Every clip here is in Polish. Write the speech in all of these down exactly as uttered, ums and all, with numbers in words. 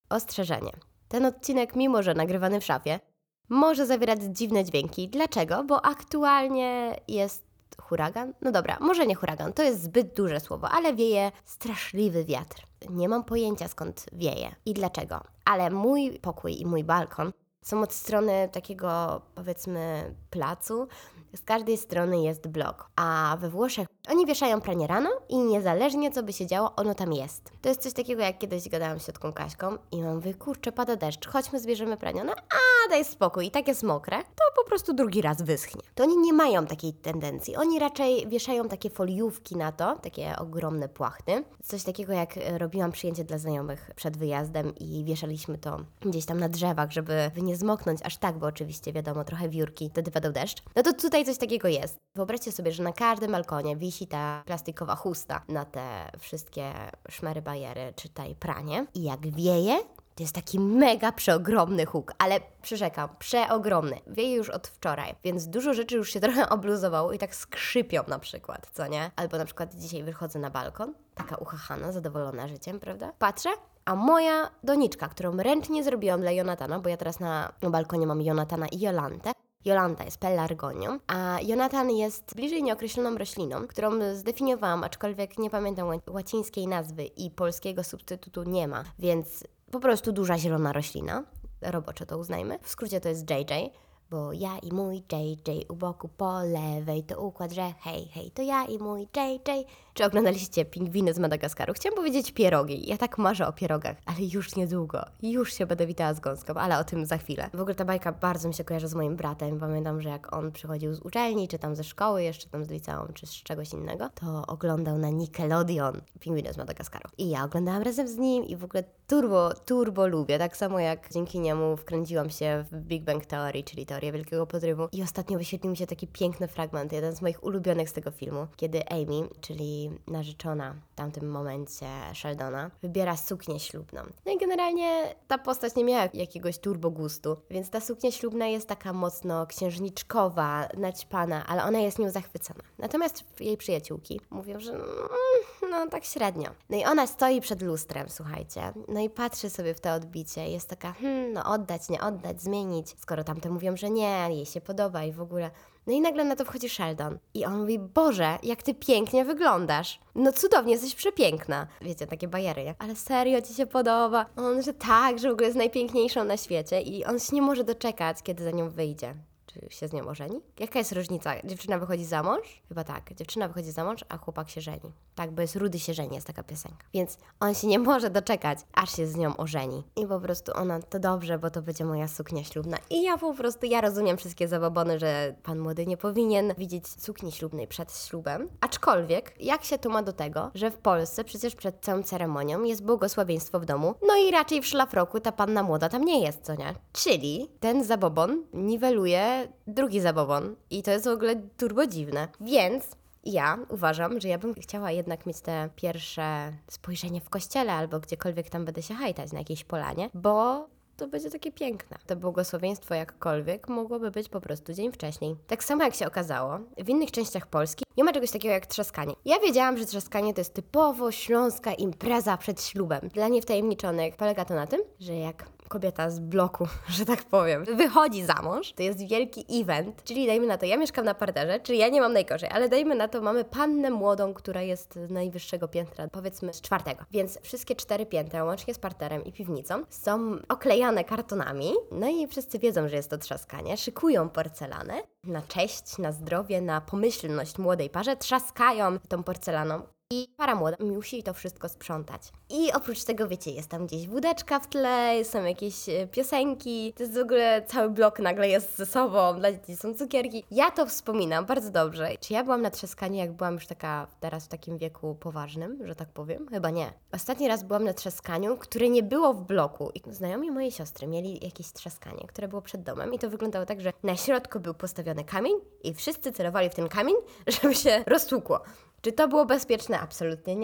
Ostrzeżenie. Ten odcinek, mimo że nagrywany w szafie, może zawierać dziwne dźwięki. Dlaczego? Bo aktualnie jest huragan. No dobra, może nie huragan, to jest zbyt duże słowo, ale wieje straszliwy wiatr. Nie mam pojęcia, skąd wieje i dlaczego. Ale mój pokój i mój balkon są od strony takiego, powiedzmy, placu. Z każdej strony jest blok. A we Włoszech oni wieszają pranie rano i niezależnie co by się działo, ono tam jest. To jest coś takiego, jak kiedyś gadałam z ciotką Kaśką i mam mówię, kurczę, pada deszcz, chodźmy zbierzemy pranie. No a daj spokój, i tak jest mokre, to po prostu drugi raz wyschnie. To oni nie mają takiej tendencji. Oni raczej wieszają takie foliówki na to, takie ogromne płachty. Coś takiego, jak robiłam przyjęcie dla znajomych przed wyjazdem i wieszaliśmy to gdzieś tam na drzewach, żeby nie zmoknąć aż tak, bo oczywiście wiadomo, trochę wiórki, wtedy padał deszcz. No to tutaj coś takiego jest. Wyobraźcie sobie, że na każdym balkonie wisi ta plastikowa chusta na te wszystkie szmery, bajery, czy tutaj pranie. I jak wieje, to jest taki mega przeogromny huk, ale przyrzekam, przeogromny. Wieje już od wczoraj, więc dużo rzeczy już się trochę obluzowało i tak skrzypią na przykład, co nie? Albo na przykład dzisiaj wychodzę na balkon, taka uchachana, zadowolona życiem, prawda? Patrzę, a moja doniczka, którą ręcznie zrobiłam dla Jonatana, bo ja teraz na, na balkonie mam Jonatana i Jolantę. Jolanta jest pelargonią, a Jonatan jest bliżej nieokreśloną rośliną, którą zdefiniowałam, aczkolwiek nie pamiętam łacińskiej nazwy i polskiego substytutu nie ma, więc po prostu duża zielona roślina, roboczo to uznajmy. W skrócie to jest J J, bo ja i mój J J u boku po lewej to układ, że hej, hej, to ja i mój J J. Czy oglądaliście Pingwiny z Madagaskaru? Chciałam powiedzieć pierogi. Ja tak marzę o pierogach, ale już niedługo. Już się będę witała z gąską, ale o tym za chwilę. W ogóle ta bajka bardzo mi się kojarzy z moim bratem. Pamiętam, że jak on przychodził z uczelni, czy tam ze szkoły, jeszcze tam z liceum, czy z czegoś innego, to oglądał na Nickelodeon Pingwiny z Madagaskaru. I ja oglądałam razem z nim i w ogóle turbo, turbo lubię. Tak samo jak dzięki niemu wkręciłam się w Big Bang Theory, czyli teorię Wielkiego Podrywu. I ostatnio wyświetlił mi się taki piękny fragment, jeden z moich ulubionych z tego filmu, kiedy Amy, czyli narzeczona w tamtym momencie Sheldona, wybiera suknię ślubną. No i generalnie ta postać nie miała jakiegoś turbo gustu, więc ta suknia ślubna jest taka mocno księżniczkowa, naćpana, ale ona jest nią zachwycona. Natomiast jej przyjaciółki mówią, że mm, no tak średnio. No i ona stoi przed lustrem, słuchajcie, no i patrzy sobie w to odbicie, jest taka, hmm, no oddać, nie oddać, zmienić, skoro tamte mówią, że nie, jej się podoba i w ogóle. No i nagle na to wchodzi Sheldon i on mówi, Boże, jak ty pięknie wyglądasz. No cudownie, jesteś przepiękna. Wiecie, takie bajery, nie? Ale serio ci się podoba? On, że tak, że w ogóle jest najpiękniejszą na świecie i on się nie może doczekać, kiedy za nią wyjdzie. Czy się z nią ożeni? Jaka jest różnica? Dziewczyna wychodzi za mąż? Chyba tak. Dziewczyna wychodzi za mąż, a chłopak się żeni. Tak, bo jest Rudy się żeni, jest taka piosenka. Więc on się nie może doczekać, aż się z nią ożeni. I po prostu ona, to dobrze, bo to będzie moja suknia ślubna. I ja po prostu, ja rozumiem wszystkie zabobony, że pan młody nie powinien widzieć sukni ślubnej przed ślubem. Aczkolwiek, jak się to ma do tego, że w Polsce przecież przed całą ceremonią jest błogosławieństwo w domu, no i raczej w szlafroku ta panna młoda tam nie jest, co nie? Czyli ten zabobon niweluje drugi zabobon i to jest w ogóle turbo dziwne. Więc ja uważam, że ja bym chciała jednak mieć te pierwsze spojrzenie w kościele albo gdziekolwiek tam będę się hajtać na jakiejś polanie, bo to będzie takie piękne. To błogosławieństwo jakkolwiek mogłoby być po prostu dzień wcześniej. Tak samo jak się okazało, w innych częściach Polski nie ma czegoś takiego jak trzaskanie. Ja wiedziałam, że trzaskanie to jest typowo śląska impreza przed ślubem. Dla niewtajemniczonych polega to na tym, że jak kobieta z bloku, że tak powiem, wychodzi za mąż, to jest wielki event, czyli dajmy na to, ja mieszkam na parterze, czyli ja nie mam najgorzej, ale dajmy na to, mamy pannę młodą, która jest z najwyższego piętra, powiedzmy z czwartego. Więc wszystkie cztery piętra, łącznie z parterem i piwnicą, są oklejane kartonami, no i wszyscy wiedzą, że jest to trzaskanie, szykują porcelanę na cześć, na zdrowie, na pomyślność młodej parze, trzaskają tą porcelaną. I para młoda musi to wszystko sprzątać. I oprócz tego, wiecie, jest tam gdzieś wódeczka w tle, są jakieś e, piosenki, to jest w ogóle cały blok nagle jest ze sobą, dla dzieci są cukierki. Ja to wspominam bardzo dobrze. Czy ja byłam na trzaskaniu, jak byłam już taka teraz w takim wieku poważnym, że tak powiem? Chyba nie. Ostatni raz byłam na trzaskaniu, które nie było w bloku. I znajomi mojej siostry mieli jakieś trzaskanie, które było przed domem i to wyglądało tak, że na środku był postawiony kamień i wszyscy celowali w ten kamień, żeby się roztłukło. Czy to było bezpieczne? Absolutnie nie.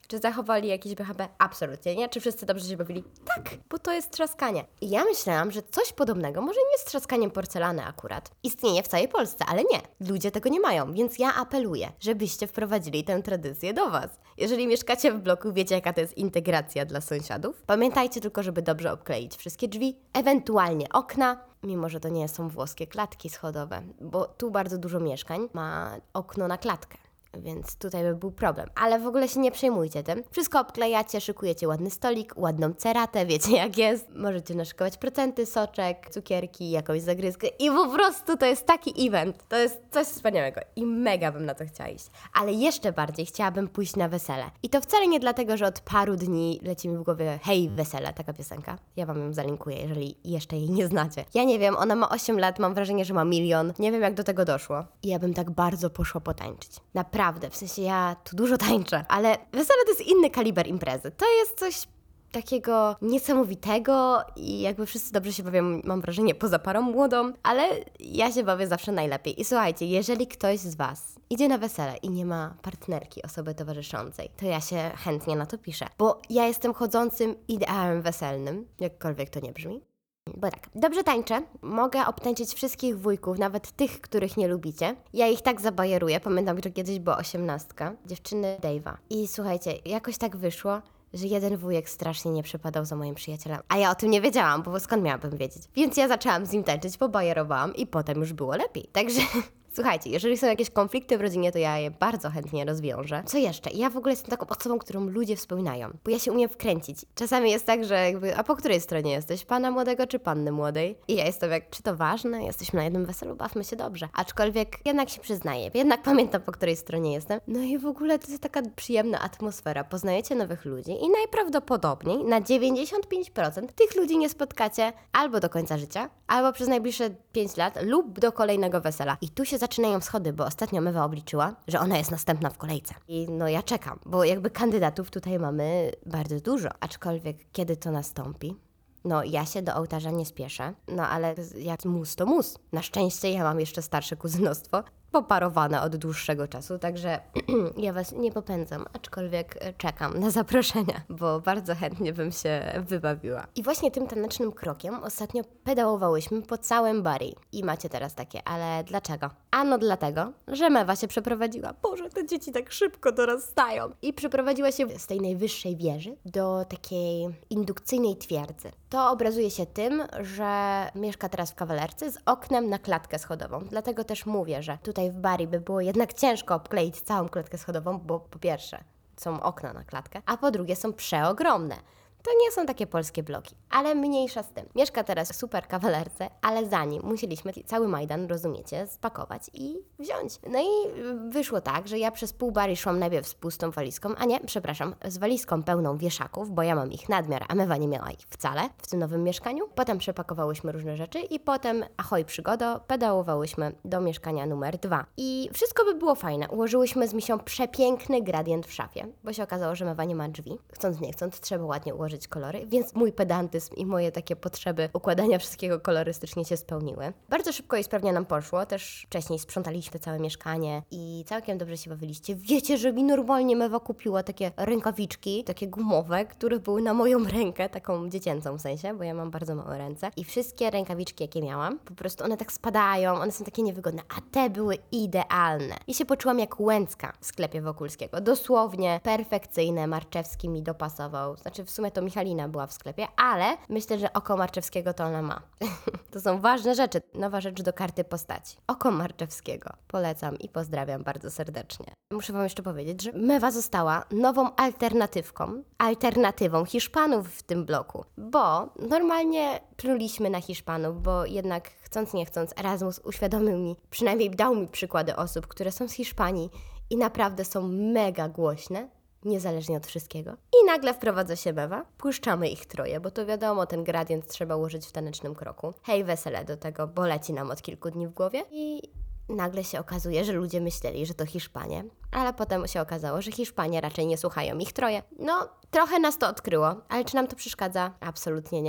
Czy zachowali jakieś B H P? Absolutnie nie. Czy wszyscy dobrze się bawili? Tak, bo to jest trzaskanie. I ja myślałam, że coś podobnego, może nie z trzaskaniem porcelany akurat, istnieje w całej Polsce, ale nie. Ludzie tego nie mają, więc ja apeluję, żebyście wprowadzili tę tradycję do Was. Jeżeli mieszkacie w bloku, wiecie jaka to jest integracja dla sąsiadów. Pamiętajcie tylko, żeby dobrze obkleić wszystkie drzwi, ewentualnie okna, mimo że to nie są włoskie klatki schodowe, bo tu bardzo dużo mieszkań ma okno na klatkę. Więc tutaj by był problem. Ale w ogóle się nie przejmujcie tym. Wszystko obklejacie, szykujecie ładny stolik, ładną ceratę, wiecie jak jest. Możecie naszykować procenty, soczek, cukierki, jakąś zagryzkę i po prostu to jest taki event. To jest coś wspaniałego i mega bym na to chciała iść. Ale jeszcze bardziej chciałabym pójść na wesele. I to wcale nie dlatego, że od paru dni leci mi w głowie hej, wesele, taka piosenka. Ja wam ją zalinkuję, jeżeli jeszcze jej nie znacie. Ja nie wiem, ona ma osiem lat, mam wrażenie, że ma milion. Nie wiem jak do tego doszło. I ja bym tak bardzo poszła potańczyć. Naprawdę. Naprawdę, w sensie ja tu dużo tańczę, ale wesele to jest inny kaliber imprezy. To jest coś takiego niesamowitego i jakby wszyscy dobrze się bawią, mam wrażenie, poza parą młodą, ale ja się bawię zawsze najlepiej. I słuchajcie, jeżeli ktoś z Was idzie na wesele i nie ma partnerki, osoby towarzyszącej, to ja się chętnie na to piszę, bo ja jestem chodzącym ideałem weselnym, jakkolwiek to nie brzmi. Bo tak, dobrze tańczę, mogę obtańczyć wszystkich wujków, nawet tych, których nie lubicie. Ja ich tak zabajeruję, pamiętam, że kiedyś była osiemnastka, dziewczyny Dave'a. I słuchajcie, jakoś tak wyszło, że jeden wujek strasznie nie przypadał za moim przyjacielem. A ja o tym nie wiedziałam, bo skąd miałabym wiedzieć? Więc ja zaczęłam z nim tańczyć, pobajerowałam i potem już było lepiej. Także... Słuchajcie, jeżeli są jakieś konflikty w rodzinie, to ja je bardzo chętnie rozwiążę. Co jeszcze? Ja w ogóle jestem taką osobą, którą ludzie wspominają, bo ja się umiem wkręcić. Czasami jest tak, że jakby, a po której stronie jesteś? Pana młodego czy panny młodej? I ja jestem jak, czy to ważne? Jesteśmy na jednym weselu, bawmy się dobrze. Aczkolwiek jednak się przyznaję, jednak pamiętam, po której stronie jestem. No i w ogóle to jest taka przyjemna atmosfera. Poznajecie nowych ludzi i najprawdopodobniej na dziewięćdziesiąt pięć procent tych ludzi nie spotkacie albo do końca życia, albo przez najbliższe pięć lat lub do kolejnego wesela. I tu się zaczynają schody, bo ostatnio Mewa obliczyła, że ona jest następna w kolejce. I no ja czekam, bo jakby kandydatów tutaj mamy bardzo dużo. Aczkolwiek kiedy to nastąpi? No ja się do ołtarza nie spieszę, no ale jak mus to mus. Na szczęście ja mam jeszcze starsze kuzynostwo, poparowane od dłuższego czasu, także ja Was nie popędzam, aczkolwiek czekam na zaproszenia, bo bardzo chętnie bym się wybawiła. I właśnie tym tanecznym krokiem ostatnio pedałowałyśmy po całym Bari. I macie teraz takie, ale dlaczego? Ano dlatego, że Mewa się przeprowadziła. Boże, te dzieci tak szybko dorastają. I przeprowadziła się z tej najwyższej wieży do takiej indukcyjnej twierdzy. To obrazuje się tym, że mieszka teraz w kawalerce z oknem na klatkę schodową. Dlatego też mówię, że tutaj w Bari by było jednak ciężko obkleić całą klatkę schodową, bo po pierwsze są okna na klatkę, a po drugie są przeogromne. To nie są takie polskie bloki, ale mniejsza z tym. Mieszka teraz w super kawalerce, ale za nim musieliśmy cały Majdan, rozumiecie, spakować i wziąć. No i wyszło tak, że ja przez pół Bari szłam najpierw z pustą walizką, a nie, przepraszam, z walizką pełną wieszaków, bo ja mam ich nadmiar, a Mewa nie miała ich wcale w tym nowym mieszkaniu. Potem przepakowałyśmy różne rzeczy i potem, ahoj przygodo, pedałowałyśmy do mieszkania numer dwa. I wszystko by było fajne. Ułożyłyśmy z Misią przepiękny gradient w szafie, bo się okazało, że Mewa nie ma drzwi. Chcąc nie chcąc, trzeba ładnie ułożyć kolory, więc mój pedantyzm i moje takie potrzeby układania wszystkiego kolorystycznie się spełniły. Bardzo szybko i sprawnie nam poszło, też wcześniej sprzątaliśmy całe mieszkanie i całkiem dobrze się bawiliście. Wiecie, że mi normalnie Mewa kupiła takie rękawiczki, takie gumowe, które były na moją rękę, taką dziecięcą w sensie, bo ja mam bardzo małe ręce i wszystkie rękawiczki, jakie miałam, po prostu one tak spadają, one są takie niewygodne, a te były idealne. I się poczułam jak Łęcka w sklepie Wokulskiego. Dosłownie perfekcyjne, Marczewski mi dopasował, znaczy w sumie to Michalina była w sklepie, ale myślę, że oko Marczewskiego to ona ma. To są ważne rzeczy. Nowa rzecz do karty postaci. Oko Marczewskiego. Polecam i pozdrawiam bardzo serdecznie. Muszę Wam jeszcze powiedzieć, że Mewa została nową alternatywką, alternatywą Hiszpanów w tym bloku, bo normalnie pluliśmy na Hiszpanów, bo jednak chcąc nie chcąc Erasmus uświadomił mi, przynajmniej dał mi przykłady osób, które są z Hiszpanii i naprawdę są mega głośne, niezależnie od wszystkiego. I nagle wprowadza się Mewa, puszczamy ich troje, bo to wiadomo, ten gradient trzeba ułożyć w tanecznym kroku. Hej, wesele do tego, bo leci nam od kilku dni w głowie i nagle się okazuje, że ludzie myśleli, że to Hiszpanie, ale potem się okazało, że Hiszpanie raczej nie słuchają ich troje. No, trochę nas to odkryło, ale czy nam to przeszkadza? Absolutnie nie.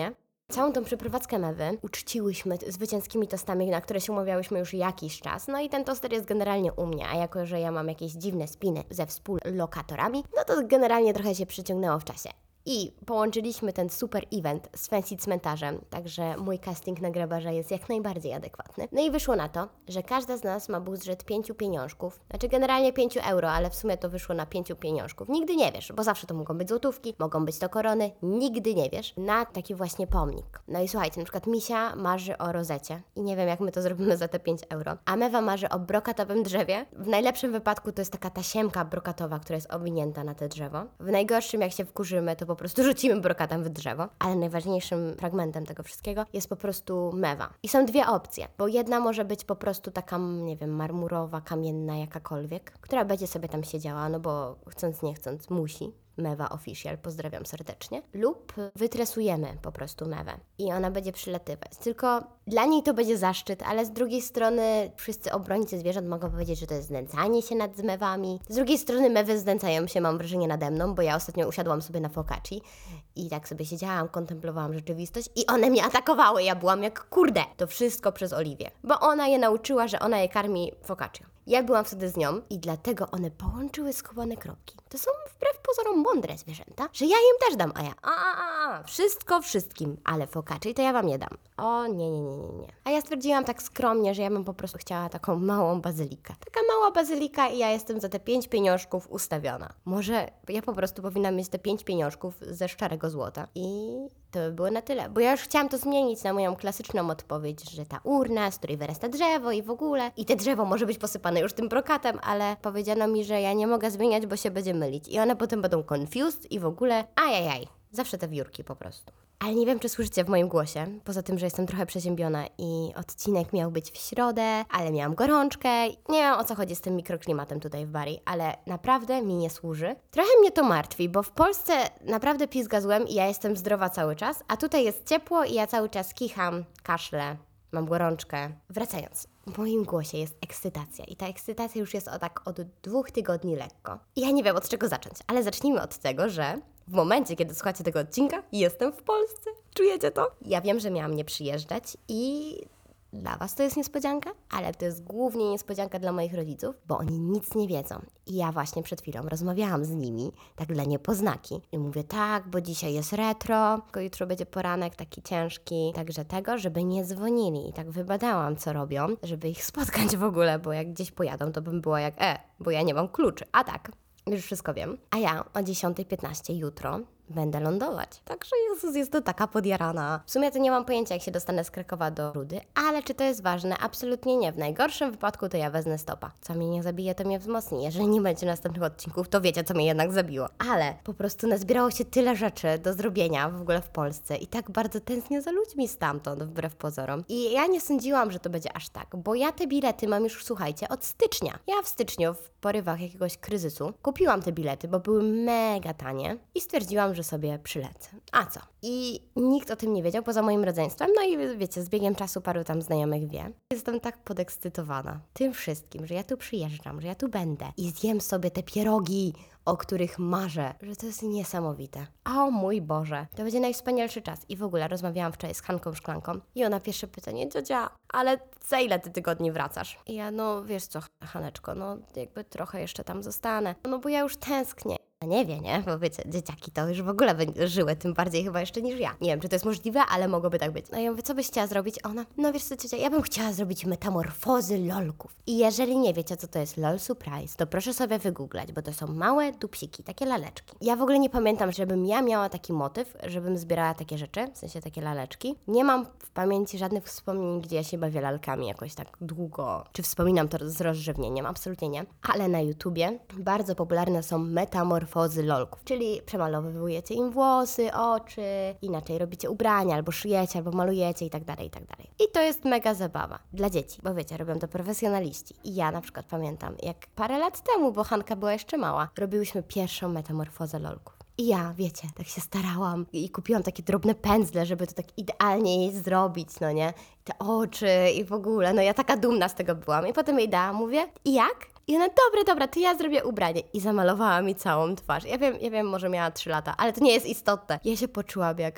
Całą tą przeprowadzkę Mewy uczciłyśmy zwycięskimi tostami, na które się umawiałyśmy już jakiś czas. No i ten toster jest generalnie u mnie, a jako, że ja mam jakieś dziwne spiny ze współlokatorami, no to generalnie trochę się przyciągnęło w czasie. I połączyliśmy ten super event z Fancy Cmentarzem, także mój casting na grabarza jest jak najbardziej adekwatny. No i wyszło na to, że każda z nas ma budżet pięciu pieniążków, znaczy generalnie pięciu euro, ale w sumie to wyszło na pięciu pieniążków. Nigdy nie wiesz, bo zawsze to mogą być złotówki, mogą być to korony, nigdy nie wiesz, na taki właśnie pomnik. No i słuchajcie, na przykład Misia marzy o rozecie i nie wiem, jak my to zrobimy za te pięć euro, a Mewa marzy o brokatowym drzewie. W najlepszym wypadku to jest taka tasiemka brokatowa, która jest owinięta na te drzewo. W najgorszym, jak się wkurzymy, to po prostu rzucimy brokatem w drzewo, ale najważniejszym fragmentem tego wszystkiego jest po prostu Mewa. I są dwie opcje, bo jedna może być po prostu taka, nie wiem, marmurowa, kamienna, jakakolwiek, która będzie sobie tam siedziała, no bo chcąc nie chcąc musi. Mewa Official, pozdrawiam serdecznie. Lub wytresujemy po prostu Mewę i ona będzie przylatywać. Tylko dla niej to będzie zaszczyt, ale z drugiej strony wszyscy obrońcy zwierząt mogą powiedzieć, że to jest znęcanie się nad Mewami. Z drugiej strony Mewy znęcają się, mam wrażenie, nade mną, bo ja ostatnio usiadłam sobie na focacci i tak sobie siedziałam, kontemplowałam rzeczywistość i one mnie atakowały. Ja byłam jak kurde. To wszystko przez Oliwię, bo ona je nauczyła, że ona je karmi focaccia. Ja byłam wtedy z nią i dlatego one połączyły schowane kropki. To są wbrew pozorom mądre zwierzęta, że ja im też dam, a ja a, a, a, wszystko wszystkim, ale focacci to ja wam nie dam. O nie, nie, nie, nie, nie. A ja stwierdziłam tak skromnie, że ja bym po prostu chciała taką małą bazylikę. Taka mała bazylika i ja jestem za te pięć pieniążków ustawiona. Może ja po prostu powinnam mieć te pięć pieniążków ze szczerego złota i to by było na tyle, bo ja już chciałam to zmienić na moją klasyczną odpowiedź, że ta urna, z której wyrasta drzewo i w ogóle. I te drzewo może być posypane już tym brokatem, ale powiedziano mi, że ja nie mogę zmieniać, bo się będzie mylić. I one potem będą confused i w ogóle ajajaj. Zawsze te wiórki po prostu. Ale nie wiem, czy słyszycie w moim głosie, poza tym, że jestem trochę przeziębiona i odcinek miał być w środę, ale miałam gorączkę. Nie wiem, o co chodzi z tym mikroklimatem tutaj w Bari, ale naprawdę mi nie służy. Trochę mnie to martwi, bo w Polsce naprawdę pizga złem i ja jestem zdrowa cały czas, a tutaj jest ciepło i ja cały czas kicham, kaszlę, mam gorączkę. Wracając. W moim głosie jest ekscytacja i ta ekscytacja już jest o tak od dwóch tygodni lekko. I ja nie wiem, od czego zacząć, ale zacznijmy od tego, że w momencie, kiedy słuchacie tego odcinka, jestem w Polsce. Czujecie to? Ja wiem, że miałam nie przyjeżdżać i dla was to jest niespodzianka, ale to jest głównie niespodzianka dla moich rodziców, bo oni nic nie wiedzą. I ja właśnie przed chwilą rozmawiałam z nimi, tak dla niepoznaki. I mówię, tak, bo dzisiaj jest retro, tylko jutro będzie poranek taki ciężki, także tego, żeby nie dzwonili. I tak wybadałam, co robią, żeby ich spotkać w ogóle, bo jak gdzieś pojadą, to bym była jak, e, bo ja nie mam kluczy. A tak, już wszystko wiem. A ja o dziesiąta piętnaście jutro będę lądować. Także Jezus, jest to taka podjarana. W sumie to nie mam pojęcia, jak się dostanę z Krakowa do Rudy, ale czy to jest ważne? Absolutnie nie. W najgorszym wypadku to ja wezmę stopa. Co mnie nie zabije, to mnie wzmocni. Jeżeli nie będzie następnych odcinków, to wiecie, co mnie jednak zabiło. Ale po prostu nazbierało się tyle rzeczy do zrobienia w ogóle w Polsce i tak bardzo tęsknię za ludźmi stamtąd, wbrew pozorom. I ja nie sądziłam, że to będzie aż tak, bo ja te bilety mam już, słuchajcie, od stycznia. Ja w styczniu, w porywach jakiegoś kryzysu, kupiłam te bilety, bo były mega tanie i stwierdziłam, że sobie przylecę. A co? I nikt o tym nie wiedział, poza moim rodzeństwem. No i wiecie, z biegiem czasu paru tam znajomych wie. Jestem tak podekscytowana tym wszystkim, że ja tu przyjeżdżam, że ja tu będę i zjem sobie te pierogi, o których marzę, że to jest niesamowite. O mój Boże, to będzie najwspanialszy czas. I w ogóle rozmawiałam wczoraj z Hanką Szklanką i ona pierwsze pytanie, Dziodzia, ale za ile ty tygodni wracasz? I ja, no wiesz co, Haneczko, no jakby trochę jeszcze tam zostanę, no bo ja już tęsknię. A nie wie, nie? Bo wiecie, dzieciaki to już w ogóle by żyły, tym bardziej chyba jeszcze niż ja. Nie wiem, czy to jest możliwe, ale mogłoby tak być. No ja mówię, co byś chciała zrobić? A ona, no wiesz co, ciocia, ja bym chciała zrobić metamorfozy lolków. I jeżeli nie wiecie, co to jest LOL Surprise, to proszę sobie wygooglać, bo to są małe dupsiki, takie laleczki. Ja w ogóle nie pamiętam, żebym ja miała taki motyw, żebym zbierała takie rzeczy, w sensie takie laleczki. Nie mam w pamięci żadnych wspomnień, gdzie ja się bawię lalkami jakoś tak długo. Czy wspominam to z rozrzewnieniem? Absolutnie nie. Ale na YouTubie bardzo popularne są metamorfozy Fozy lolków, czyli przemalowujecie im włosy, oczy, inaczej robicie ubrania, albo szyjecie, albo malujecie i tak dalej, i tak dalej. I to jest mega zabawa dla dzieci, bo wiecie, robią to profesjonaliści. I ja na przykład pamiętam, jak parę lat temu, bo Hanka była jeszcze mała, robiłyśmy pierwszą metamorfozę lolków. I ja, wiecie, tak się starałam i kupiłam takie drobne pędzle, żeby to tak idealnie jej zrobić, no nie? Te oczy i w ogóle, no ja taka dumna z tego byłam. I potem jej dałam, mówię, i jak? I ona, dobra, dobra, to ja zrobię ubranie. I zamalowała mi całą twarz. Ja wiem, ja wiem, może miała trzy lata, ale to nie jest istotne. Ja się poczułam jak moja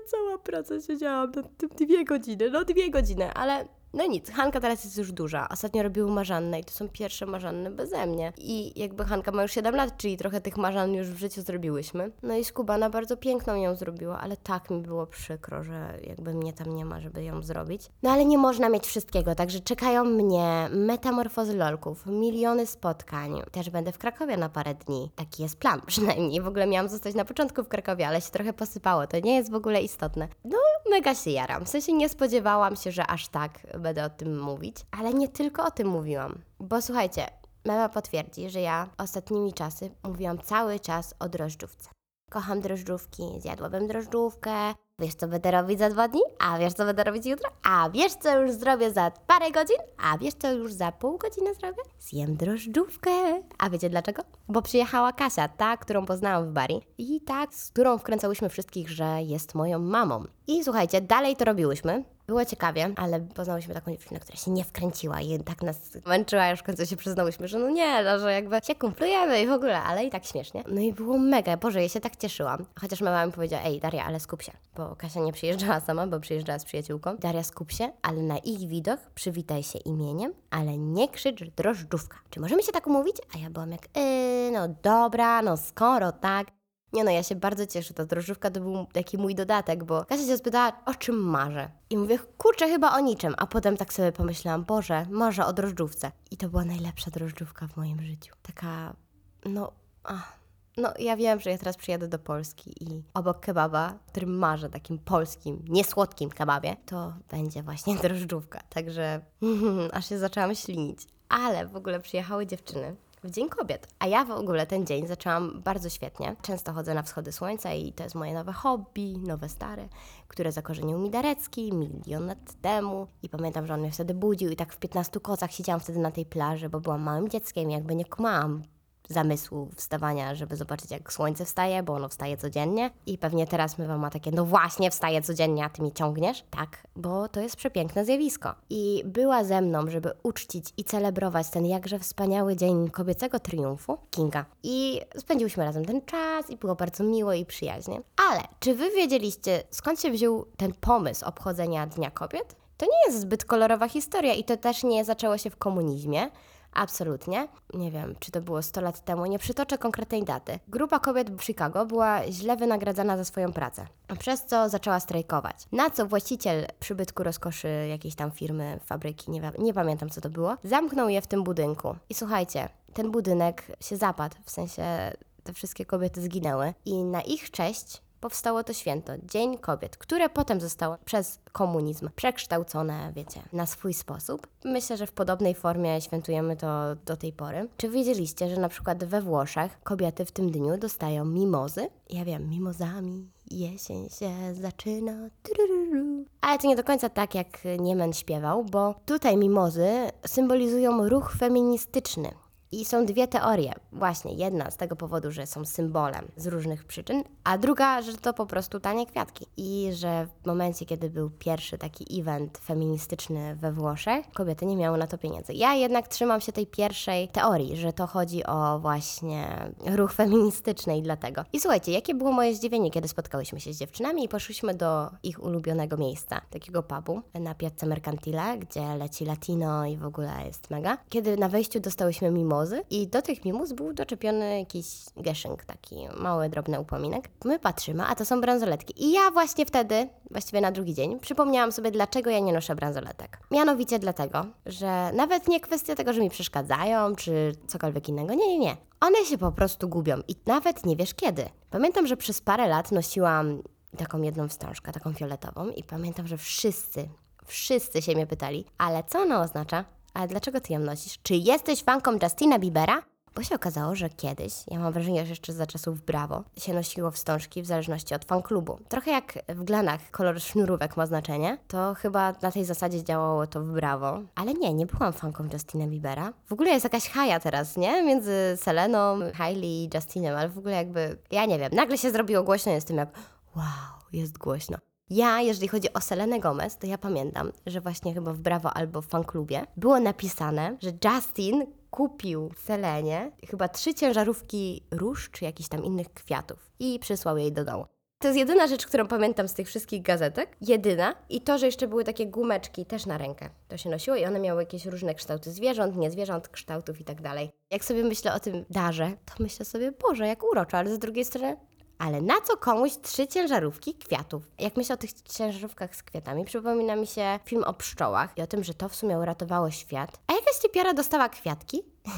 cała praca, siedziałam nad tym dwie godziny, no dwie godziny, ale no nic, Hanka teraz jest już duża. Ostatnio robił marzannę i to są pierwsze marzanny beze mnie. I jakby Hanka ma już siedem lat, czyli trochę tych marzann już w życiu zrobiłyśmy. No i Skubana bardzo piękną ją zrobiła, ale tak mi było przykro, że jakby mnie tam nie ma, żeby ją zrobić. No ale nie można mieć wszystkiego, także czekają mnie metamorfozy lolków, miliony spotkań. Też będę w Krakowie na parę dni. Taki jest plan przynajmniej. W ogóle miałam zostać na początku w Krakowie, ale się trochę posypało. To nie jest w ogóle istotne. No mega się jaram. W sensie nie spodziewałam się, że aż tak będę o tym mówić, ale nie tylko o tym mówiłam. Bo słuchajcie, mama potwierdzi, że ja ostatnimi czasy mówiłam cały czas o drożdżówce. Kocham drożdżówki, zjadłabym drożdżówkę. Wiesz, co będę robić za dwa dni? A wiesz, co będę robić jutro? A wiesz, co już zrobię za parę godzin? A wiesz, co już za pół godziny zrobię? Zjem drożdżówkę. A wiecie dlaczego? Bo przyjechała Kasia, ta, którą poznałam w Bari i ta, z którą wkręcałyśmy wszystkich, że jest moją mamą. I słuchajcie, dalej to robiłyśmy. Było ciekawie, ale poznałyśmy taką dziewczynę, która się nie wkręciła i tak nas męczyła, już w końcu się przyznałyśmy, że no nie, no, że jakby się kumplujemy i w ogóle, ale i tak śmiesznie. No i było mega, Boże, ja się tak cieszyłam. Chociaż mama mi powiedziała, ej Daria, ale skup się, bo Kasia nie przyjeżdżała sama, bo przyjeżdżała z przyjaciółką. Daria, skup się, ale na ich widok przywitaj się imieniem, ale nie krzycz drożdżówka. Czy możemy się tak umówić? A ja byłam jak, yy, no dobra, no skoro tak. Nie no, ja się bardzo cieszę, ta drożdżówka to był taki mój dodatek, bo Kasia się spytała, o czym marzę. I mówię, kurczę, chyba o niczym. A potem tak sobie pomyślałam, Boże, marzę o drożdżówce. I to była najlepsza drożdżówka w moim życiu. Taka, no, ach. No ja wiem, że ja teraz przyjadę do Polski i obok kebaba, o którym marzę, takim polskim, niesłodkim kebabie, to będzie właśnie drożdżówka. Także aż się zaczęłam ślinić. Ale w ogóle przyjechały dziewczyny w Dzień Kobiet. A ja w ogóle ten dzień zaczęłam bardzo świetnie. Często chodzę na wschody słońca i to jest moje nowe hobby, nowe stare, które zakorzenił mi Darecki milion lat temu. I pamiętam, że on mnie wtedy budził i tak w piętnastu kocach siedziałam wtedy na tej plaży, bo byłam małym dzieckiem i jakby nie kumałam zamysłu wstawania, żeby zobaczyć, jak słońce wstaje, bo ono wstaje codziennie. I pewnie teraz my wam ma takie, no właśnie, wstaje codziennie, a ty mnie ciągniesz. Tak, bo to jest przepiękne zjawisko. I była ze mną, żeby uczcić i celebrować ten jakże wspaniały dzień kobiecego triumfu, Kinga. I spędziłyśmy razem ten czas i było bardzo miło i przyjaźnie. Ale czy wy wiedzieliście, skąd się wziął ten pomysł obchodzenia Dnia Kobiet? To nie jest zbyt kolorowa historia i to też nie zaczęło się w komunizmie. Absolutnie. Nie wiem, czy to było sto lat temu, nie przytoczę konkretnej daty. Grupa kobiet w Chicago była źle wynagradzana za swoją pracę, przez co zaczęła strajkować. Na co właściciel przybytku rozkoszy jakiejś tam firmy, fabryki, nie, nie pamiętam co to było, zamknął je w tym budynku. I słuchajcie, ten budynek się zapadł, w sensie te wszystkie kobiety zginęły i na ich cześć powstało to święto, Dzień Kobiet, które potem zostało przez komunizm przekształcone, wiecie, na swój sposób. Myślę, że w podobnej formie świętujemy to do tej pory. Czy wiedzieliście, że na przykład we Włoszech kobiety w tym dniu dostają mimozy? Ja wiem, mimozami jesień się zaczyna. Trururu. Ale to nie do końca tak, jak Niemen śpiewał, bo tutaj mimozy symbolizują ruch feministyczny. I są dwie teorie. Właśnie, jedna z tego powodu, że są symbolem z różnych przyczyn, a druga, że to po prostu tanie kwiatki. I że w momencie, kiedy był pierwszy taki event feministyczny we Włoszech, kobiety nie miały na to pieniędzy. Ja jednak trzymam się tej pierwszej teorii, że to chodzi o właśnie ruch feministyczny i dlatego. I słuchajcie, jakie było moje zdziwienie, kiedy spotkałyśmy się z dziewczynami i poszłyśmy do ich ulubionego miejsca, takiego pubu na Piazza Mercantile, gdzie leci latino i w ogóle jest mega. Kiedy na wejściu dostałyśmy mimo i do tych mimuz był doczepiony jakiś geszynk, taki mały, drobny upominek. My patrzymy, a to są bransoletki. I ja właśnie wtedy, właściwie na drugi dzień, przypomniałam sobie, dlaczego ja nie noszę bransoletek. Mianowicie dlatego, że nawet nie kwestia tego, że mi przeszkadzają, czy cokolwiek innego. Nie, nie, nie. One się po prostu gubią i nawet nie wiesz kiedy. Pamiętam, że przez parę lat nosiłam taką jedną wstążkę, taką fioletową i pamiętam, że wszyscy, wszyscy się mnie pytali, ale co ona oznacza? Ale dlaczego ty ją nosisz? Czy jesteś fanką Justina Biebera? Bo się okazało, że kiedyś, ja mam wrażenie, że jeszcze za czasów Bravo, się nosiło wstążki w zależności od fanklubu. Trochę jak w Glanach kolor sznurówek ma znaczenie, to chyba na tej zasadzie działało to w Bravo. Ale nie, nie byłam fanką Justina Biebera. W ogóle jest jakaś haja teraz, nie? Między Seleną, Hailey i Justinem, ale w ogóle jakby, ja nie wiem, nagle się zrobiło głośno, jestem jak, wow, jest głośno. Ja, jeżeli chodzi o Selenę Gomez, to ja pamiętam, że właśnie chyba w Bravo albo w fanklubie było napisane, że Justin kupił Selenie chyba trzy ciężarówki róż czy jakichś tam innych kwiatów i przysłał jej do domu. To jest jedyna rzecz, którą pamiętam z tych wszystkich gazetek. Jedyna. I to, że jeszcze były takie gumeczki też na rękę. To się nosiło i one miały jakieś różne kształty zwierząt, nie zwierząt, kształtów i tak dalej. Jak sobie myślę o tym darze, to myślę sobie, Boże, jak uroczo, ale z drugiej strony... Ale na co komuś trzy ciężarówki kwiatów? Jak myślę o tych ciężarówkach z kwiatami, przypomina mi się film o pszczołach i o tym, że to w sumie uratowało świat. A jakaś typiara dostała kwiatki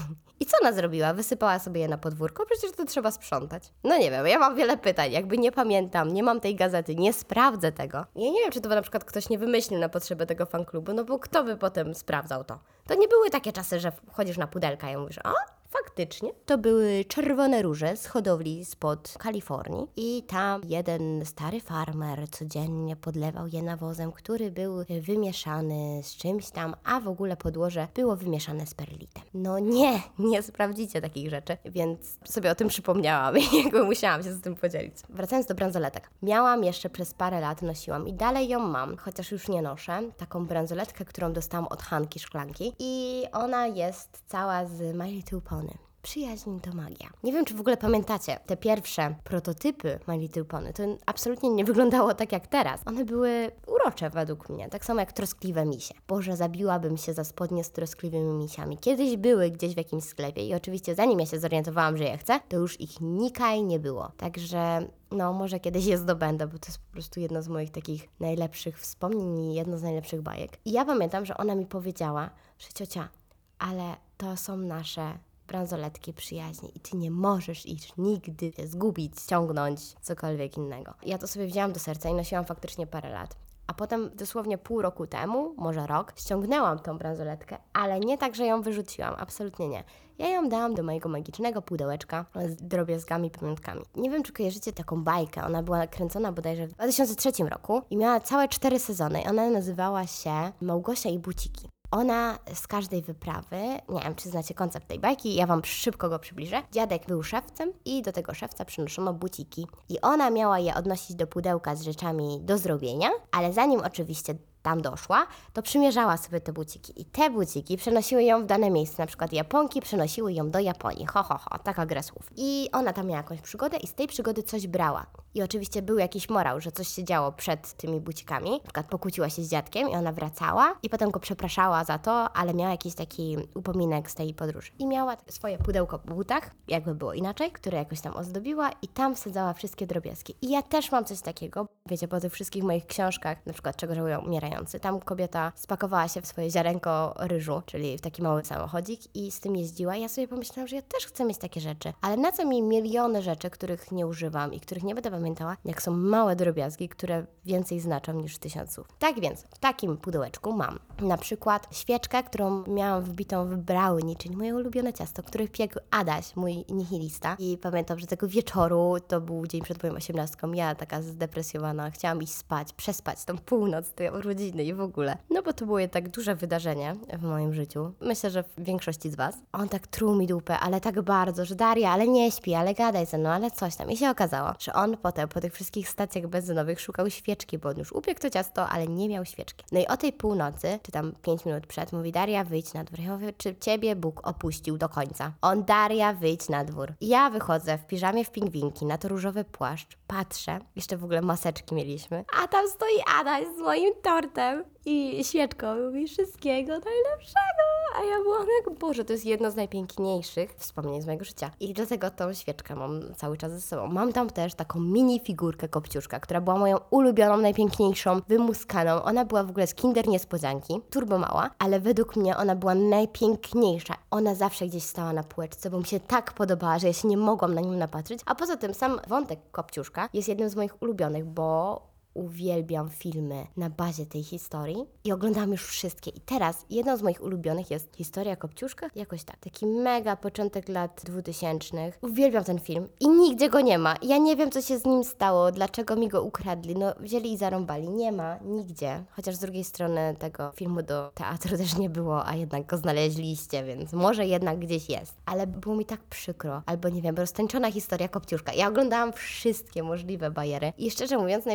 i co ona zrobiła? Wysypała sobie je na podwórko? Przecież to trzeba sprzątać. No nie wiem, ja mam wiele pytań, jakby nie pamiętam, nie mam tej gazety, nie sprawdzę tego. Ja nie wiem, czy to na przykład ktoś nie wymyślił na potrzeby tego fanklubu, no bo kto by potem sprawdzał to? To nie były takie czasy, że wchodzisz na pudelka i mówisz, o, faktycznie. To były czerwone róże z hodowli spod Kalifornii i tam jeden stary farmer codziennie podlewał je nawozem, który był wymieszany z czymś tam, a w ogóle podłoże było wymieszane z perlitem. No nie, nie sprawdzicie takich rzeczy, więc sobie o tym przypomniałam i jakby musiałam się z tym podzielić. Wracając do bransoletek. Miałam jeszcze przez parę lat, nosiłam i dalej ją mam, chociaż już nie noszę, taką bransoletkę, którą dostałam od Hanki Szklanki i ona jest cała z My Little Pony. Przyjaźń to magia. Nie wiem, czy w ogóle pamiętacie, te pierwsze prototypy My Little Pony, to absolutnie nie wyglądało tak jak teraz. One były urocze według mnie, tak samo jak troskliwe misie. Boże, zabiłabym się za spodnie z troskliwymi misiami. Kiedyś były gdzieś w jakimś sklepie i oczywiście zanim ja się zorientowałam, że je chcę, to już ich nikaj nie było. Także no może kiedyś je zdobędę, bo to jest po prostu jedno z moich takich najlepszych wspomnień i jedno z najlepszych bajek. I ja pamiętam, że ona mi powiedziała, że ciocia, ale to są nasze bransoletki przyjaźni i ty nie możesz ich nigdy zgubić, ściągnąć, cokolwiek innego. Ja to sobie wzięłam do serca i nosiłam faktycznie parę lat. A potem dosłownie pół roku temu, może rok, ściągnęłam tą bransoletkę, ale nie tak, że ją wyrzuciłam, absolutnie nie. Ja ją dałam do mojego magicznego pudełeczka z drobiazgami, pamiątkami. Nie wiem, czy kojarzycie taką bajkę, ona była kręcona bodajże w dwa tysiące trzecim roku i miała całe cztery sezony i ona nazywała się Małgosia i buciki. Ona z każdej wyprawy, nie wiem, czy znacie koncept tej bajki, ja wam szybko go przybliżę. Dziadek był szewcem i do tego szewca przynoszono buciki. I ona miała je odnosić do pudełka z rzeczami do zrobienia, ale zanim oczywiście tam doszła, to przymierzała sobie te buciki. I te buciki przenosiły ją w dane miejsce, na przykład Japonki przenosiły ją do Japonii. Ho, ho, ho, taka gra słów. I ona tam miała jakąś przygodę i z tej przygody coś brała. I oczywiście był jakiś morał, że coś się działo przed tymi bucikami. Na przykład pokłóciła się z dziadkiem i ona wracała i potem go przepraszała za to, ale miała jakiś taki upominek z tej podróży. I miała swoje pudełko po butach, jakby było inaczej, które jakoś tam ozdobiła i tam wsadzała wszystkie drobiazgi. I ja też mam coś takiego, wiecie, po tych wszystkich moich książkach, na przykład Czego żałują umierający. Tam kobieta spakowała się w swoje ziarenko ryżu, czyli w taki mały samochodzik i z tym jeździła. I ja sobie pomyślałam, że ja też chcę mieć takie rzeczy. Ale na co mi miliony rzeczy, których nie używam i których nie będę pamiętała, jak są małe drobiazgi, które więcej znaczą niż tysiąc słów. Tak więc w takim pudełeczku mam na przykład świeczkę, którą miałam wbitą w brownie, czyli moje ulubione ciasto, które piekł Adaś, mój nihilista. I pamiętam, że tego wieczoru, to był dzień przed moją osiemnastką, ja taka zdepresjowana, chciałam iść spać, przespać tą północ, tej urodziny i w ogóle. No bo to było jednak duże wydarzenie w moim życiu. Myślę, że w większości z was. On tak truł mi dupę, ale tak bardzo, że Daria, ale nie śpi, ale gadaj ze mną, ale coś tam. I się okazało, że on potem po tych wszystkich stacjach benzynowych szukał świeczki, bo on już upiekł to ciasto, ale nie miał świeczki. No i o tej północy, czy tam pięć minut przed, mówi: Daria, wyjdź na dwór. Ja mówię: czy ciebie Bóg opuścił do końca? On: Daria, wyjdź na dwór. I ja wychodzę w piżamie w pingwinki, na to różowy płaszcz, patrzę, jeszcze w ogóle maseczki mieliśmy, a tam stoi Adaś z moim tortem i świeczką, mówi: wszystkiego najlepszego. A ja byłam jak: Boże, to jest jedno z najpiękniejszych wspomnień z mojego życia. I dlatego tą świeczkę mam cały czas ze sobą. Mam tam też taką mini figurkę Kopciuszka, która była moją ulubioną, najpiękniejszą, wymuskaną. Ona była w ogóle z Kinder Niespodzianki, turbo mała, ale według mnie ona była najpiękniejsza. Ona zawsze gdzieś stała na półeczce, bo mi się tak podobała, że ja się nie mogłam na nią napatrzeć. A poza tym sam wątek Kopciuszka jest jednym z moich ulubionych, bo uwielbiam filmy na bazie tej historii i oglądam już wszystkie. I teraz jedną z moich ulubionych jest Historia Kopciuszka. Jakoś tak. Taki mega początek lat dwutysięcznych. Uwielbiam ten film i nigdzie go nie ma. Ja nie wiem, co się z nim stało, dlaczego mi go ukradli. No, wzięli i zarąbali. Nie ma nigdzie. Chociaż z drugiej strony tego filmu do teatru też nie było, a jednak go znaleźliście, więc może jednak gdzieś jest. Ale było mi tak przykro. Albo nie wiem, roztańczona Historia Kopciuszka. Ja oglądałam wszystkie możliwe bajery i szczerze mówiąc, najbardziej w ogóle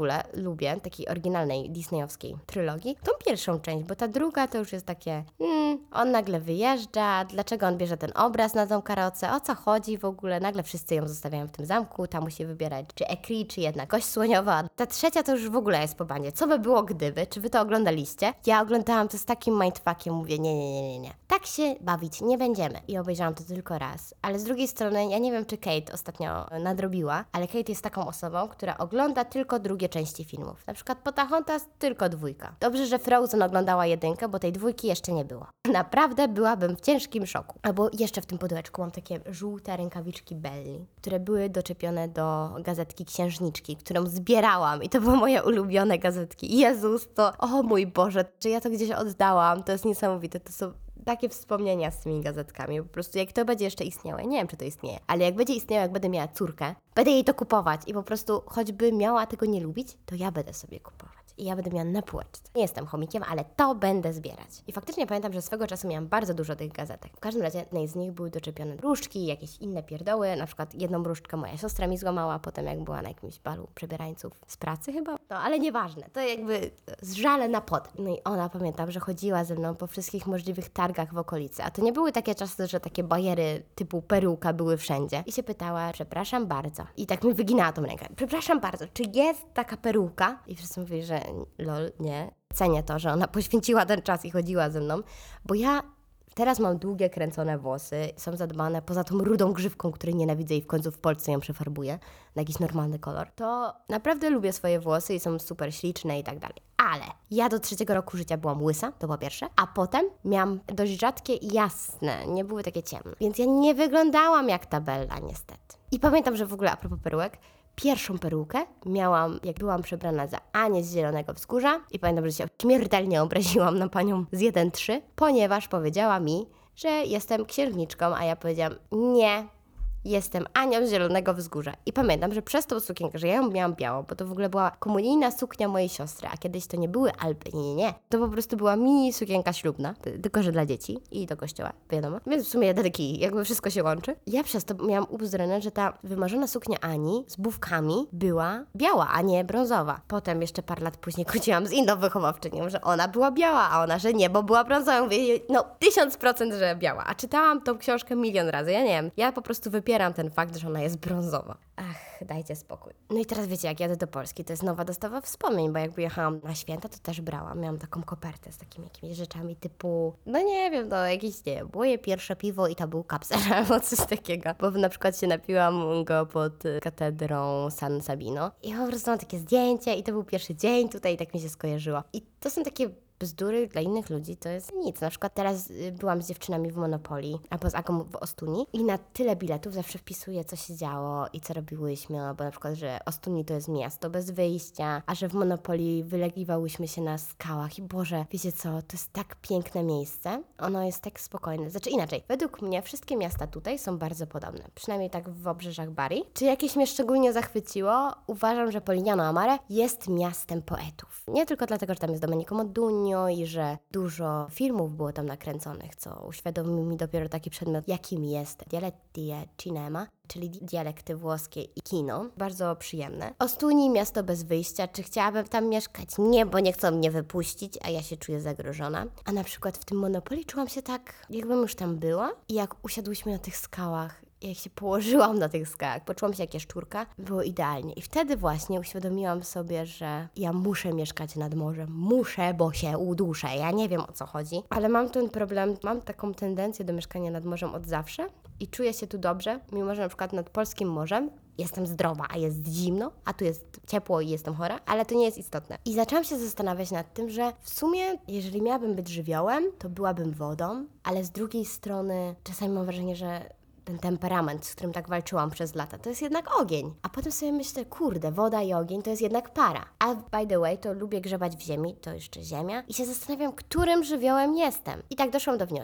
ogóle lubię takiej oryginalnej disneyowskiej trylogii, tą pierwszą część, bo ta druga to już jest takie, hmm, on nagle wyjeżdża, dlaczego on bierze ten obraz na tą karocę, o co chodzi w ogóle, nagle wszyscy ją zostawiają w tym zamku, tam musi wybierać, czy Ekri, czy jednak kość słoniowa. Ta trzecia to już w ogóle jest po bandzie. Co by było gdyby? Czy wy to oglądaliście? Ja oglądałam to z takim mindfuckiem, mówię, nie, nie, nie, nie, nie. Tak się bawić nie będziemy. I obejrzałam to tylko raz. Ale z drugiej strony, ja nie wiem, czy Kate ostatnio nadrobiła, ale Kate jest taką osobą, która ogląda tylko drugie części filmów. Na przykład Pocahontas tylko dwójka. Dobrze, że Frozen oglądała jedynkę, bo tej dwójki jeszcze nie było. Naprawdę byłabym w ciężkim szoku. Albo jeszcze w tym pudełeczku mam takie żółte rękawiczki Belli, które były doczepione do gazetki Księżniczki, którą zbierałam i to były moje ulubione gazetki. Jezus, to, o mój Boże, czy ja to gdzieś oddałam, to jest niesamowite, to są takie wspomnienia z tymi gazetkami, po prostu jak to będzie jeszcze istniało, ja nie wiem, czy to istnieje, ale jak będzie istniało, jak będę miała córkę, będę jej to kupować i po prostu choćby miała tego nie lubić, to ja będę sobie kupować. I ja będę miała na półeczce. Nie jestem chomikiem, ale to będę zbierać. I faktycznie pamiętam, że swego czasu miałam bardzo dużo tych gazetek. W każdym razie jednej z nich były doczepione różdżki, jakieś inne pierdoły. Na przykład jedną różdżkę moja siostra mi złamała, potem jak była na jakimś balu przebierańców z pracy chyba. No, ale nieważne. To jakby zżale na pot. No i ona, pamiętam, że chodziła ze mną po wszystkich możliwych targach w okolicy. A to nie były takie czasy, że takie bajery typu peruka były wszędzie. I się pytała, przepraszam bardzo. I tak mi wyginała tą rękę. Przepraszam bardzo, czy jest taka peruka? I wszyscy mówili, że lol, nie. Cenię to, że ona poświęciła ten czas i chodziła ze mną, bo ja teraz mam długie, kręcone włosy, są zadbane, poza tą rudą grzywką, której nienawidzę i w końcu w Polsce ją przefarbuję na jakiś normalny kolor, to naprawdę lubię swoje włosy i są super śliczne i tak dalej. Ale ja do trzeciego roku życia byłam łysa, to po pierwsze, a potem miałam dość rzadkie i jasne, nie były takie ciemne, więc ja nie wyglądałam jak ta Bella niestety. I pamiętam, że w ogóle a propos perułek, pierwszą perukę miałam, jak byłam przebrana za Anię z Zielonego Wzgórza i pamiętam, że się śmiertelnie obraziłam na panią z jeden trzy, ponieważ powiedziała mi, że jestem księżniczką, a ja powiedziałam nie, jestem Anią z Zielonego Wzgórza. I pamiętam, że przez tą sukienkę, że ja ją miałam białą, bo to w ogóle była komunijna suknia mojej siostry, a kiedyś to nie były Alpy, nie, nie, nie. To po prostu była mini sukienka ślubna, ty- tylko że dla dzieci i do kościoła, wiadomo. Więc w sumie jeden kij, jakby wszystko się łączy. Ja przez to miałam ubzdurane, że ta wymarzona suknia Ani z bufkami była biała, a nie brązowa. Potem jeszcze parę lat później kłóciłam z inną wychowawczynią, że ona była biała, a ona, że nie, bo była brązowa. Mówię, no tysiąc procent, że biała. A czytałam tą książkę milion razy, ja nie wiem. Ja po prostu wypieram ten fakt, że ona jest brązowa. Ach, dajcie spokój. No i teraz wiecie, jak jadę do Polski, to jest nowa dostawa wspomnień, bo jakby jechałam na święta, to też brałam. Miałam taką kopertę z takimi jakimiś rzeczami typu, no nie wiem, no jakieś, nie wiem, moje pierwsze piwo i to był kapsel albo coś takiego. Bo na przykład się napiłam go pod katedrą San Sabino i po prostu mam takie zdjęcie i to był pierwszy dzień tutaj i tak mi się skojarzyło. I to są takie bzdury dla innych ludzi to jest nic. Na przykład teraz y, byłam z dziewczynami w Monopolii, albo z Agą w Ostuni i na tyle biletów zawsze wpisuję, co się działo i co robiłyśmy, albo na przykład, że Ostuni to jest miasto bez wyjścia, a że w Monopolii wylegiwałyśmy się na skałach i Boże, wiecie co, to jest tak piękne miejsce, ono jest tak spokojne. Znaczy inaczej, według mnie wszystkie miasta tutaj są bardzo podobne, przynajmniej tak w obrzeżach Bari. Czy jakieś mnie szczególnie zachwyciło? Uważam, że Polignano a Mare jest miastem poetów. Nie tylko dlatego, że tam jest Domenico Modugno i że dużo filmów było tam nakręconych, co uświadomił mi dopiero taki przedmiot, jakim jest dialetti e cinema, czyli dialekty włoskie i kino. Bardzo przyjemne. Ostuni, miasto bez wyjścia. Czy chciałabym tam mieszkać? Nie, bo nie chcą mnie wypuścić, a ja się czuję zagrożona. A na przykład w tym Monopolii czułam się tak, jakbym już tam była i jak usiadłyśmy na tych skałach, jak się położyłam na tych skałach, poczułam się jak jaszczurka, było idealnie. I wtedy właśnie uświadomiłam sobie, że ja muszę mieszkać nad morzem. Muszę, bo się uduszę. Ja nie wiem, o co chodzi. Ale mam ten problem, mam taką tendencję do mieszkania nad morzem od zawsze i czuję się tu dobrze, mimo że na przykład nad polskim morzem jestem zdrowa, a jest zimno, a tu jest ciepło i jestem chora, ale to nie jest istotne. I zaczęłam się zastanawiać nad tym, że w sumie, jeżeli miałabym być żywiołem, to byłabym wodą, ale z drugiej strony czasami mam wrażenie, że ten temperament, z którym tak walczyłam przez lata, to jest jednak ogień. A potem sobie myślę, kurde, woda i ogień to jest jednak para. A by the way, to lubię grzebać w ziemi, to jeszcze ziemia. I się zastanawiam, którym żywiołem jestem. I tak doszłam do wniosku,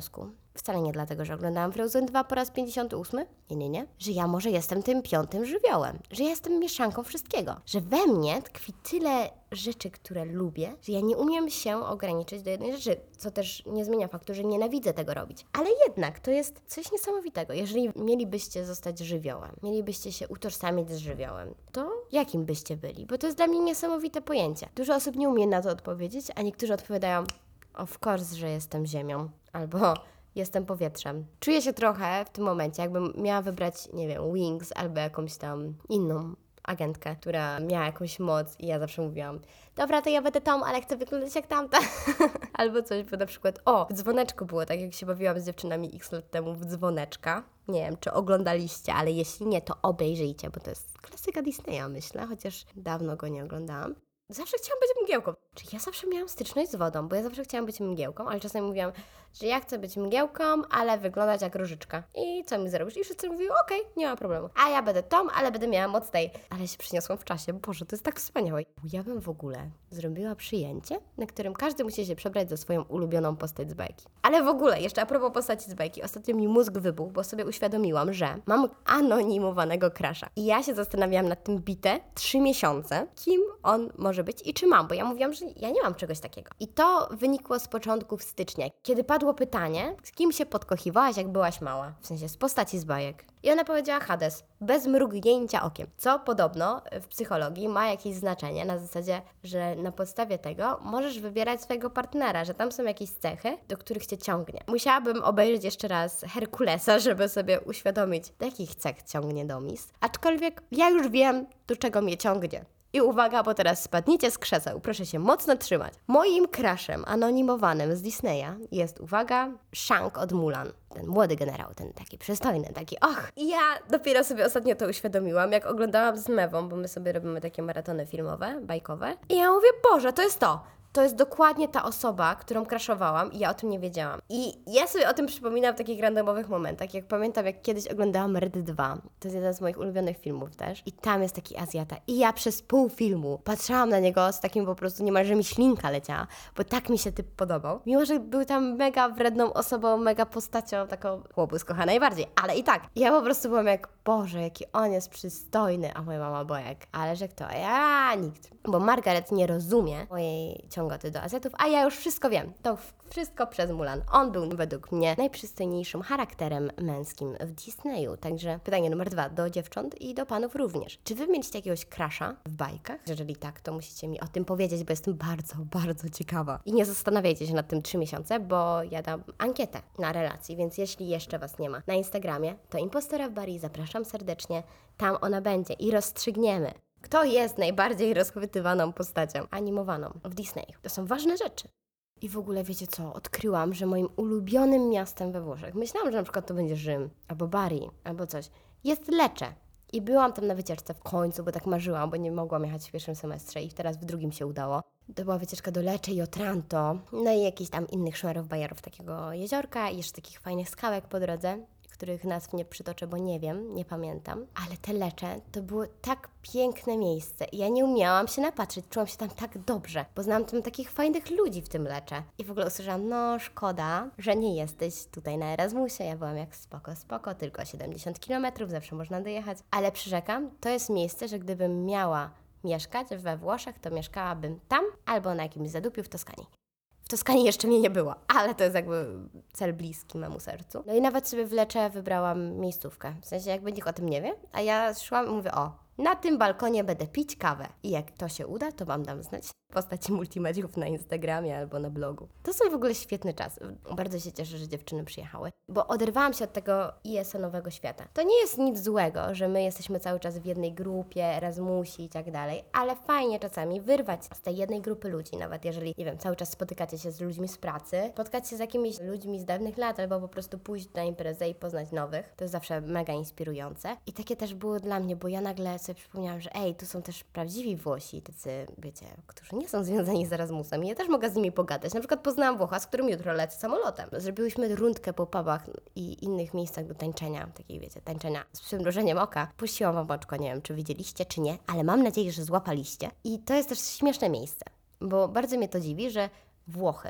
Wcale nie dlatego, że oglądałam Frozen dwa po raz pięćdziesiąty ósmy. Nie, nie, nie. Że ja może jestem tym piątym żywiołem. Że ja jestem mieszanką wszystkiego. Że we mnie tkwi tyle rzeczy, które lubię, że ja nie umiem się ograniczyć do jednej rzeczy, co też nie zmienia faktu, że nienawidzę tego robić. Ale jednak to jest coś niesamowitego. Jeżeli mielibyście zostać żywiołem, mielibyście się utożsamić z żywiołem, to jakim byście byli? Bo to jest dla mnie niesamowite pojęcie. Dużo osób nie umie na to odpowiedzieć, a niektórzy odpowiadają: of course, że jestem ziemią. Albo jestem powietrzem. Czuję się trochę w tym momencie, jakbym miała wybrać, nie wiem, Wings albo jakąś tam inną agentkę, która miała jakąś moc i ja zawsze mówiłam: dobra, to ja będę tą, ale chcę wyglądać jak tamta. Albo coś, bo na przykład, o, w Dzwoneczku było tak, jak się bawiłam z dziewczynami x lat temu w Dzwoneczka. Nie wiem, czy oglądaliście, ale jeśli nie, to obejrzyjcie, bo to jest klasyka Disneya, myślę, chociaż dawno go nie oglądałam. Zawsze chciałam być mgiełką. Czy ja zawsze miałam styczność z wodą, bo ja zawsze chciałam być mgiełką, ale czasami mówiłam, że ja chcę być mgiełką, ale wyglądać jak różyczka. I co mi zrobisz? I wszyscy mówią: okej, okay, nie ma problemu. A ja będę tą, ale będę miała moc tej. Ale się przyniosłam w czasie. Boże, to jest tak wspaniałe. Ja bym w ogóle zrobiła przyjęcie, na którym każdy musi się przebrać za swoją ulubioną postać z bajki. Ale w ogóle, jeszcze a propos postaci z bajki, ostatnio mi mózg wybuchł, bo sobie uświadomiłam, że mam anonimowanego crusha. I ja się zastanawiałam nad tym bite trzy miesiące, kim on może być i czy mam, bo ja mówiłam, że ja nie mam czegoś takiego. I to wynikło z początków stycznia, kiedy padło pytanie, z kim się podkochiwałaś, jak byłaś mała? W sensie z postaci z bajek. I ona powiedziała: Hades, bez mrugnięcia okiem. Co podobno w psychologii ma jakieś znaczenie na zasadzie, że na podstawie tego możesz wybierać swojego partnera, że tam są jakieś cechy, do których cię ciągnie. Musiałabym obejrzeć jeszcze raz Herkulesa, żeby sobie uświadomić, do jakich cech ciągnie Domis. Aczkolwiek ja już wiem, do czego mnie ciągnie. I uwaga, bo teraz spadniecie z krzeseł. Proszę się mocno trzymać. Moim crushem anonimowanym z Disneya jest, uwaga, Shang od Mulan. Ten młody generał, ten taki przystojny, taki och. I ja dopiero sobie ostatnio to uświadomiłam, jak oglądałam z Mewą, bo my sobie robimy takie maratony filmowe, bajkowe. I ja mówię: Boże, to jest to. To jest dokładnie ta osoba, którą crashowałam i ja o tym nie wiedziałam. I ja sobie o tym przypominam w takich randomowych momentach. Jak pamiętam, jak kiedyś oglądałam Red dwa. To jest jeden z moich ulubionych filmów też. I tam jest taki Azjata. I ja przez pół filmu patrzyłam na niego z takim po prostu, niemalże mi ślinka leciała, bo tak mi się typ podobał. Mimo że był tam mega wredną osobą, mega postacią, taką chłopus kocha najbardziej. Ale i tak, ja po prostu byłam jak: Boże, jaki on jest przystojny. A moja mama była jak: ale że kto? A ja nikt. Bo Margaret nie rozumie mojej ciągoty do Azjatów, a ja już wszystko wiem. To wszystko przez Mulan. On był według mnie najprzystojniejszym charakterem męskim w Disneyu. Także pytanie numer dwa do dziewcząt i do panów również. Czy wy mieliście jakiegoś crusha w bajkach? Jeżeli tak, to musicie mi o tym powiedzieć, bo jestem bardzo, bardzo ciekawa. I nie zastanawiajcie się nad tym trzy miesiące, bo ja dam ankietę na relacji, więc jeśli jeszcze was nie ma na Instagramie, to Impostora w Bari, zapraszam serdecznie. Tam ona będzie i rozstrzygniemy, kto jest najbardziej rozchwytywaną postacią animowaną w Disneyu. To są ważne rzeczy. I w ogóle wiecie co? Odkryłam, że moim ulubionym miastem we Włoszech, myślałam, że na przykład to będzie Rzym, albo Bari, albo coś, jest Lecce. I byłam tam na wycieczce w końcu, bo tak marzyłam, bo nie mogłam jechać w pierwszym semestrze i teraz w drugim się udało. To była wycieczka do Lecce i Otranto, no i jakichś tam innych szmerów, bajarów takiego jeziorka i jeszcze takich fajnych skałek po drodze, których nazw nie przytoczę, bo nie wiem, nie pamiętam. Ale te Lecce to było tak piękne miejsce i ja nie umiałam się napatrzeć, czułam się tam tak dobrze, bo znałam tam takich fajnych ludzi w tym Lecce. I w ogóle usłyszałam: no szkoda, że nie jesteś tutaj na Erasmusie. Ja byłam jak: spoko, spoko, tylko siedemdziesiąt kilometrów, zawsze można dojechać. Ale przyrzekam, to jest miejsce, że gdybym miała mieszkać we Włoszech, to mieszkałabym tam albo na jakimś zadupiu w Toskanii. W Toskanii jeszcze mnie nie było, ale to jest jakby cel bliski memu sercu. No i nawet sobie w Lecce wybrałam miejscówkę. W sensie jakby nikt o tym nie wie, a ja szłam i mówię: o, na tym balkonie będę pić kawę. I jak to się uda, to wam dam znać w postaci multimediów na Instagramie albo na blogu. To są w ogóle świetny czas. Bardzo się cieszę, że dziewczyny przyjechały, bo oderwałam się od tego I S N-owego świata. To nie jest nic złego, że my jesteśmy cały czas w jednej grupie, Erasmusi i tak dalej, ale fajnie czasami wyrwać z tej jednej grupy ludzi, nawet jeżeli, nie wiem, cały czas spotykacie się z ludźmi z pracy, spotkać się z jakimiś ludźmi z dawnych lat, albo po prostu pójść na imprezę i poznać nowych. To jest zawsze mega inspirujące. I takie też było dla mnie, bo ja nagle sobie przypomniałam, że ej, tu są też prawdziwi Włosi, tacy, wiecie, którzy nie są związani z Erasmusem i ja też mogę z nimi pogadać. Na przykład poznałam Włocha, z którym jutro lecę samolotem. Zrobiłyśmy rundkę po pubach i innych miejscach do tańczenia, takiej wiecie, tańczenia z przymrużeniem oka. Puściłam wam oczko, nie wiem, czy widzieliście, czy nie, ale mam nadzieję, że złapaliście. I to jest też śmieszne miejsce, bo bardzo mnie to dziwi, że Włochy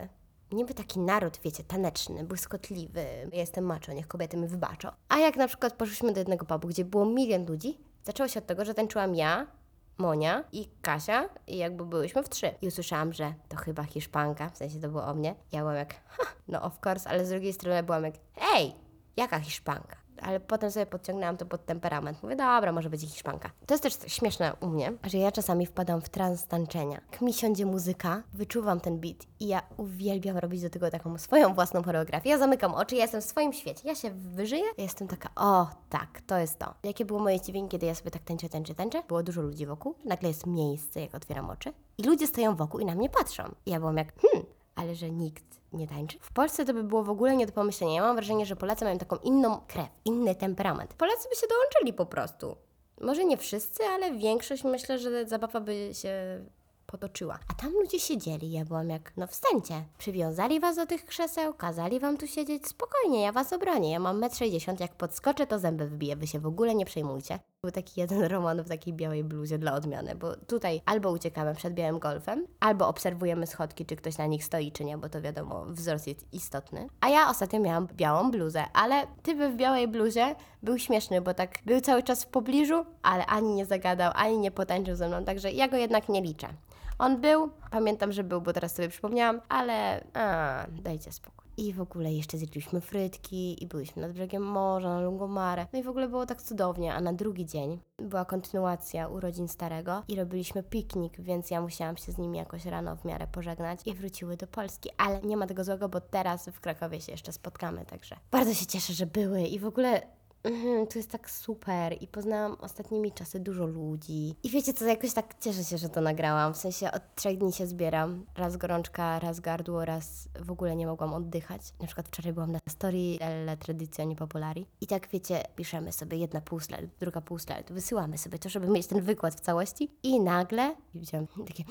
niby taki naród, wiecie, taneczny, błyskotliwy. Ja jestem macho, niech kobiety mi wybaczą. A jak na przykład poszliśmy do jednego pubu, gdzie było milion ludzi, zaczęło się od tego, że tańczyłam ja, Monia i Kasia i jakby byłyśmy w trzy. I usłyszałam, że to chyba Hiszpanka, w sensie to było o mnie. Ja byłam jak, ha, no of course, ale z drugiej strony byłam jak, ej, jaka Hiszpanka? Ale potem sobie podciągnęłam to pod temperament. Mówię, dobra, może być i Hiszpanka. To jest też śmieszne u mnie, że ja czasami wpadam w trans tańczenia. Jak mi siądzie muzyka, wyczuwam ten beat i ja uwielbiam robić do tego taką swoją własną choreografię. Ja zamykam oczy, ja jestem w swoim świecie. Ja się wyżyję, ja jestem taka, o tak, to jest to. Jakie było moje zdziwienie, kiedy ja sobie tak tańczę, tańczę, tańczę. Było dużo ludzi wokół. Nagle jest miejsce, jak otwieram oczy. I ludzie stoją wokół i na mnie patrzą. I ja byłam jak, hmm, ale że nikt nie tańczy. W Polsce to by było w ogóle nie do pomyślenia. Ja mam wrażenie, że Polacy mają taką inną krew, inny temperament. Polacy by się dołączyli po prostu. Może nie wszyscy, ale większość, myślę, że zabawa by się potoczyła. A tam ludzie siedzieli, ja byłam jak, no wstańcie. Przywiązali was do tych krzeseł, kazali wam tu siedzieć, spokojnie, ja was obronię. Ja mam metr sześćdziesiąt, jak podskoczę, to zęby wybiję, wy się w ogóle nie przejmujcie. Był taki jeden Roman w takiej białej bluzie dla odmiany, bo tutaj albo uciekamy przed białym golfem, albo obserwujemy schodki, czy ktoś na nich stoi, czy nie, bo to wiadomo, wzrost jest istotny. A ja ostatnio miałam białą bluzę, ale typ w białej bluzie był śmieszny, bo tak był cały czas w pobliżu, ale ani nie zagadał, ani nie potańczył ze mną, także ja go jednak nie liczę. On był, pamiętam, że był, bo teraz sobie przypomniałam, ale a, dajcie spokój. I w ogóle jeszcze zjedliśmy frytki i byliśmy nad brzegiem morza, na Lungomare. No i w ogóle było tak cudownie, a na drugi dzień była kontynuacja urodzin starego i robiliśmy piknik, więc ja musiałam się z nimi jakoś rano w miarę pożegnać i wróciły do Polski. Ale nie ma tego złego, bo teraz w Krakowie się jeszcze spotkamy, także bardzo się cieszę, że były i w ogóle... Mhm, to jest tak super i poznałam ostatnimi czasy dużo ludzi. I wiecie co, jakoś tak cieszę się, że to nagrałam. W sensie od trzech dni się zbieram. Raz gorączka, raz gardło, raz w ogóle nie mogłam oddychać. Na przykład wczoraj byłam na story La Tradizione Popolari. I tak wiecie, piszemy sobie jedna pół slajd, druga pół slajd. Wysyłamy sobie to, żeby mieć ten wykład w całości. I nagle widziałam takie...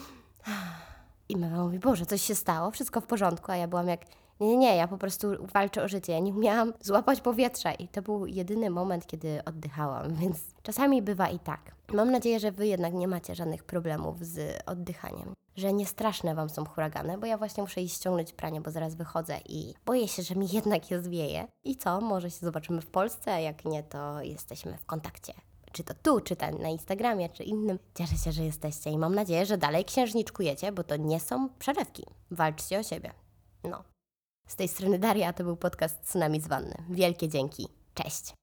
I Mewa mówi, Boże, coś się stało, wszystko w porządku. A ja byłam jak... Nie, nie, nie, ja po prostu walczę o życie. Ja nie umiałam złapać powietrza i to był jedyny moment, kiedy oddychałam, więc czasami bywa i tak. Mam nadzieję, że wy jednak nie macie żadnych problemów z oddychaniem, że nie straszne wam są huragany, bo ja właśnie muszę iść ściągnąć pranie, bo zaraz wychodzę i boję się, że mi jednak je zwieje. I co? Może się zobaczymy w Polsce, a jak nie, to jesteśmy w kontakcie. Czy to tu, czy tam na Instagramie, czy innym. Cieszę się, że jesteście i mam nadzieję, że dalej księżniczkujecie, bo to nie są przelewki. Walczcie o siebie. No. Z tej strony Daria, a to był podcast Tsunami z Wanny. Wielkie dzięki. Cześć!